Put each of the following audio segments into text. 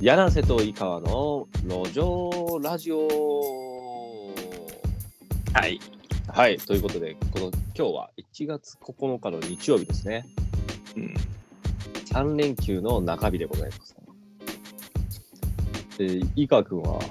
柳瀬と井川の路上ラジオ。 はい。 はい、ということで、今日は1月9日の日曜日ですね。3連休の中日でございます。で、井川くんは、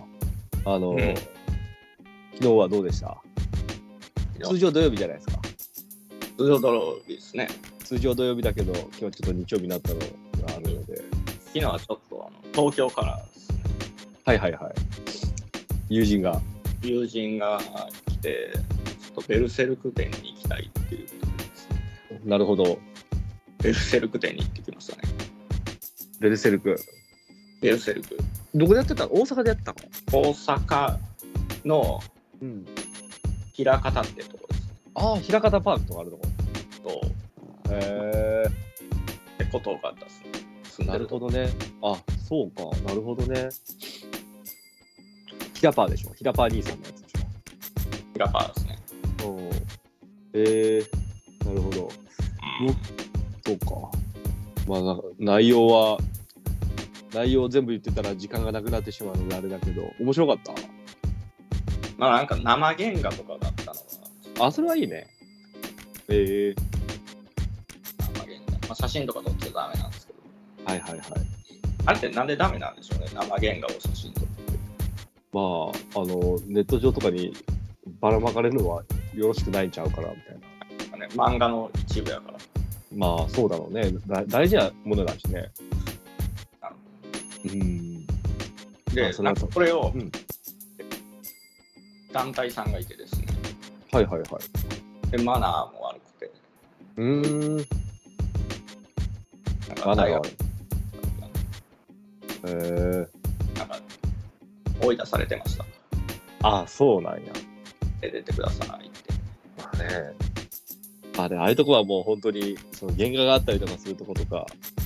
昨日はどうでした？通常土曜日じゃないですか。 通常土曜日ですね。 通常土曜日だけど、今日はちょっと日曜日になったのがあるので。 昨日はちょっと東京からですね。 はいはいはい。友人が来て、ちょっとベルセルク店に行きたいっていうことですね。 なるほど。 ベルセルク店に行ってきましたね。 ベルセルク。 どこでやってたの？大阪でやってたの？ 大阪の枚方ってとこですね。 ああ、枚方パークとかあるところ。 そう。 へえ。ってことがあったですね。 なるほどね。あ、そうか。なるほどね。ヒラパーでしょ？ヒラパー兄さんのやつでしょ？ ヒラパーですね。 なるほど。そうか。まあ、内容全部言ってたら時間がなくなってしまうのであれだけど、面白かった？ まあなんか生原画とかだったのが。あ、それはいいね。 生原画。まあ、写真とか撮っちゃダメなんですけど。 はいはいはい。 あれってなんでダメなんでしょうね、生原画を写真撮って。 まあ、ネット上とかにばらまかれるのはよろしくないんちゃうからみたいな。 漫画の一部やから。 まあ、そうだろうね。大事なものだしね。 で、なんかこれを、団体さんがいてですね。 はいはいはい。 で、マナーも悪くて。 マナーが悪い。 なんか追い出されてました。 あ、そうなんや。 で、出てくださいって。 まあね。ああいうとこはもう本当にその原画があったりとかするとことか、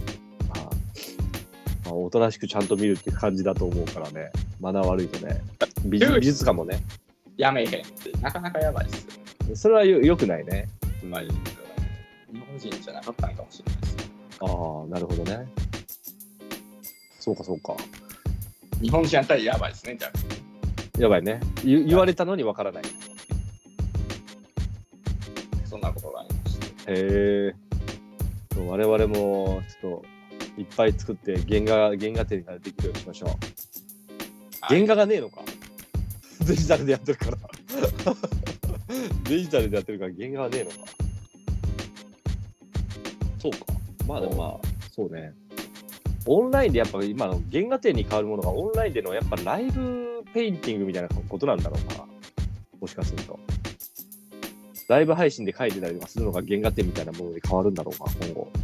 まあ、おとなしくちゃんと見るっていう感じだと思うからね。マナー悪いとね。美術館もね。 やめへんってなかなかやばいですよ。 それはよくないね。 日本人じゃなかったのかもしれないです。 ああ、なるほどね。そうかそうか。 日本人やったらやばいですね、じゃあ。 やばいね。言われたのにわからない。 そんなことがありました。 我々もちょっといっぱい作って原画展ができるようにしましょう。原画がねえのか。デジタルでやってるから。デジタルでやってるから原画がねえのか。そうか。まあでもまあそうね。オンラインでやっぱ今の原画展に変わるものがオンラインでのやっぱライブペインティングみたいなことなんだろうかな。もしかすると。ライブ配信で書いてたりとかするのが原画展みたいなものに変わるんだろうか、今後。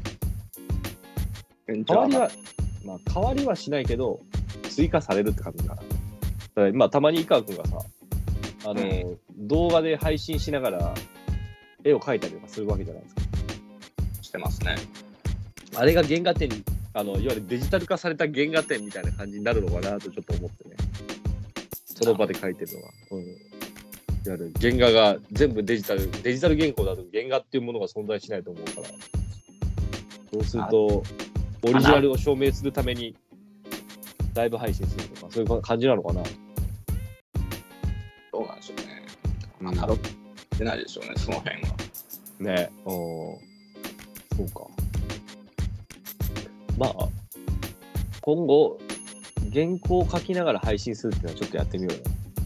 変わりはしないけど、追加されるって感じかな。だから今、たまに井川くんがさ、動画で配信しながら絵を描いたりとかするわけじゃないですか。 してますね。 あれが原画展に、いわゆるデジタル化された原画展みたいな感じになるのかなとちょっと思ってね。その場で描いてるのが。いわゆる原画が全部デジタル原稿だと原画っていうものが存在しないと思うから、そうするとオリジナルを証明するためにライブ配信するとかそういう感じなのかな。 どうなんでしょうね。なるってないでしょうね、その辺は。 ね、そうか。まあ今後原稿を書きながら配信するっていうのはちょっとやってみようよ。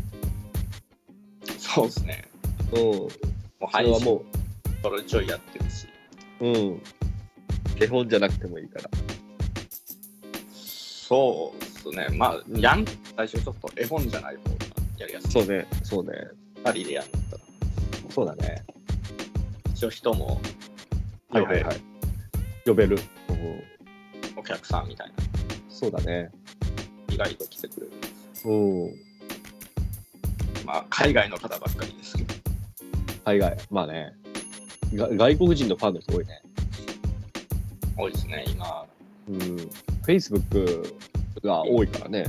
そうですね。 もう配信はもうそれちょいやってるし。 絵本じゃなくてもいいから。 そうですね。まあ、最初ちょっと絵本じゃない方がやりやすい。 そうね。 2人でやったら。 そうだね。 一応人も呼べる。 お客さんみたいな。 そうだね。 意外と来てくれる。まあ、海外の方ばっかりですけど。 まあね。外国人のファンの人多いね。 多いですね、今。 Facebook が多いからね。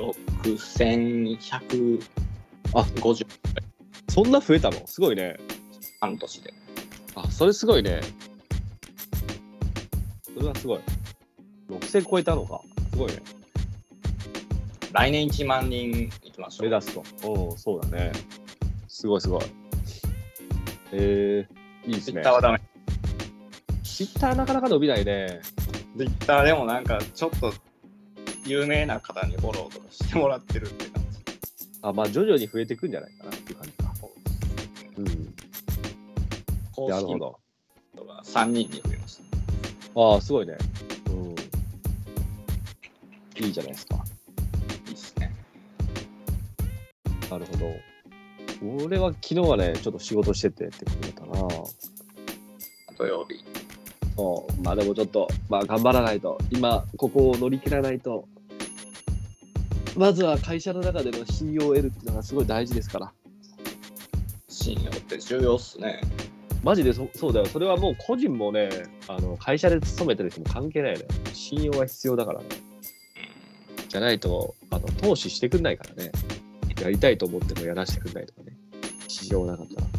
6150。 そんな増えたの？すごいね。 半年で。 それすごいね。それはすごい。6000超えたのか。すごいね。 来年1万人いきましょう。 目指すと。うん、そうだね。すごいすごい。いいですね。 ツイッターはダメ。 ツイッターなかなか伸びないね。 ツイッターでもなんかちょっと有名な方にフォローとかしてもらってるって感じ。 あ、まあ徐々に増えていくんじゃないかなっていう感じか。うん。 公式のなるほど。 人が3人に増えました。 ああ、すごいね。うん。いいじゃないですか。 いいですね。 なるほど。俺は昨日はね、ちょっと仕事しててってことだったな。 土曜日。 そう。まあでもちょっと、まあ頑張らないと。今、ここを乗り切らないと。まずは会社の中での信用を得るっていうのがすごい大事ですから。 信用って重要っすね。 マジでそうだよ。それはもう個人もね、会社で勤めてる人も関係ないのよ。信用が必要だからね。じゃないと、投資してくんないからね。やりたいと思ってもやらせてくんないとかね。市場なかった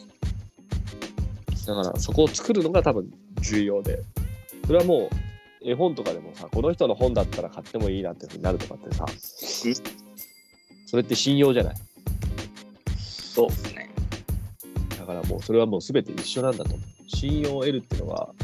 ら。だからそこを作るのが多分重要で。それはもう絵本とかでもさ、この人の本だったら買ってもいいなってふうになるとかってさ、それって信用じゃない。 そうですね。 だからもうそれはもう全て一緒なんだと思う。信用を得るっていうのは、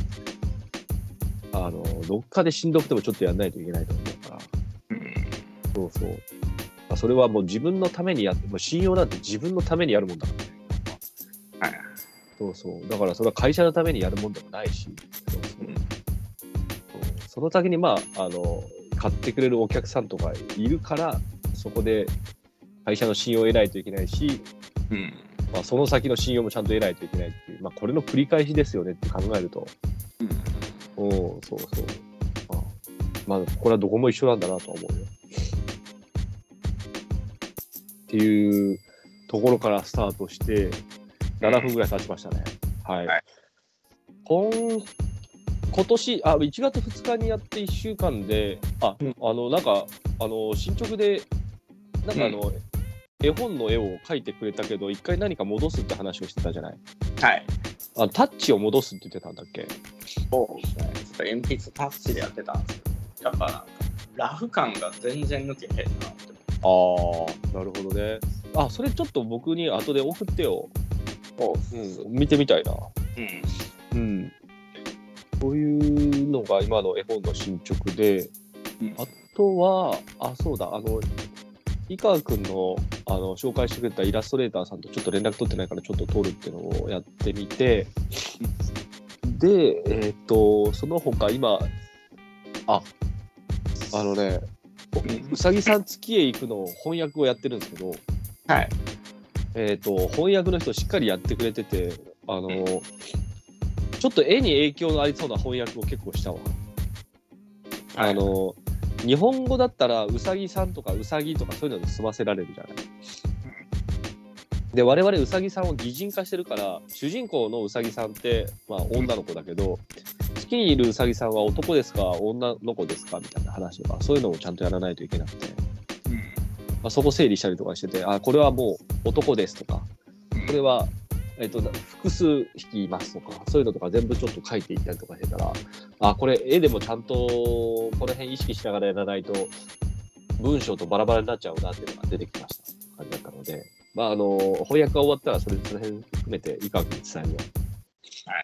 どっかでしんどくてもちょっとやんないといけないと思うから。そうそう。それはもう自分のためにやって、もう信用なんて自分のためにやるもんだからね。 はい。 そうそう。だからそれは会社のためにやるもんでもないし、そうそう。その先にまあ、買ってくれるお客さんとかいるから、そこで会社の信用を得ないといけないし、まあ、その先の信用もちゃんと得ないといけないっていう、まあ、これの繰り返しですよねって考えると、そうそう。まあ、これはどこも一緒なんだなとは思うよ。っていうところからスタートして7分ぐらい経ちましたね。はい。 はい、 今年1月2日にやって1週間でなんか進捗でなんか絵本の絵を描いてくれたけど一回何か戻すって話をしてたじゃない。 はい。 タッチを戻すって言ってたんだっけ。 そうですね。ちょっと鉛筆タッチでやってたんですけど、やっぱなんかラフ感が全然抜けへんなって。 なるほどね。それちょっと僕に後で送ってよ。見てみたいな。そういうのが今の絵本の進捗で、あとはそうだ井川くんの紹介してくれたイラストレーターさんとちょっと連絡取ってないからちょっと取るっていうのをやってみて、でその他今うさぎさん月へ行くの翻訳をやってるんですけど、 はい。 翻訳の人しっかりやってくれてて、ちょっと絵に影響のありそうな翻訳を結構したわ。日本語だったらうさぎさんとかうさぎとかそういうので済ませられるじゃない。で我々うさぎさんを擬人化してるから主人公のうさぎさんって、まあ、女の子だけど月にいるうさぎさんは男ですか女の子ですかみたいな話とかそういうのをちゃんとやらないといけなくて、そこ整理したりとかしててこれはもう男ですとかこれは、複数匹いますとかそういうのとか全部ちょっと書いていったりとかしてたらこれ絵でもちゃんとこの辺意識しながらやらないと文章とバラバラになっちゃうなっていうのが出てきました感じだったので。翻訳が終わったらその辺含めて井川君に伝えるよ。 はい。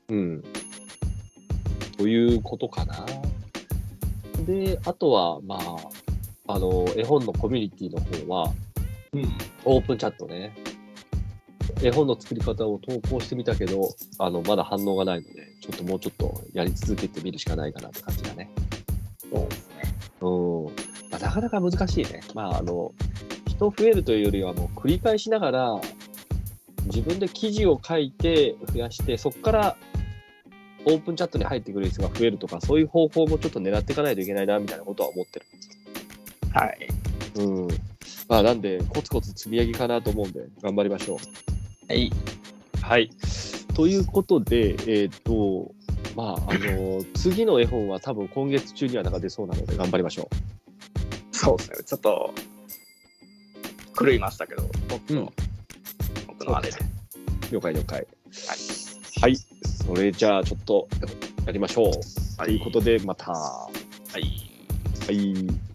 ということかな。で、あとは、絵本のコミュニティの方は、オープンチャットね。絵本の作り方を投稿してみたけど、まだ反応がないので、ちょっともうちょっとやり続けてみるしかないかなって感じだね。 そうですね。 なかなか難しいね。人増えるというよりはもう繰り返しながら自分で記事を書いて増やしてそこからオープンチャットに入ってくる人が増えるとかそういう方法もちょっと狙っていかないといけないなみたいなことは思ってる。 はい。 なんでコツコツ積み上げかなと思うんで頑張りましょう。 はい。 はい。ということで次の絵本は多分今月中には出そうなので頑張りましょう。 そうですね。ちょっと狂いましたけど、僕のあれで。 了解。はい。それじゃあちょっとやりましょう。ということでまた。 はい。 はい。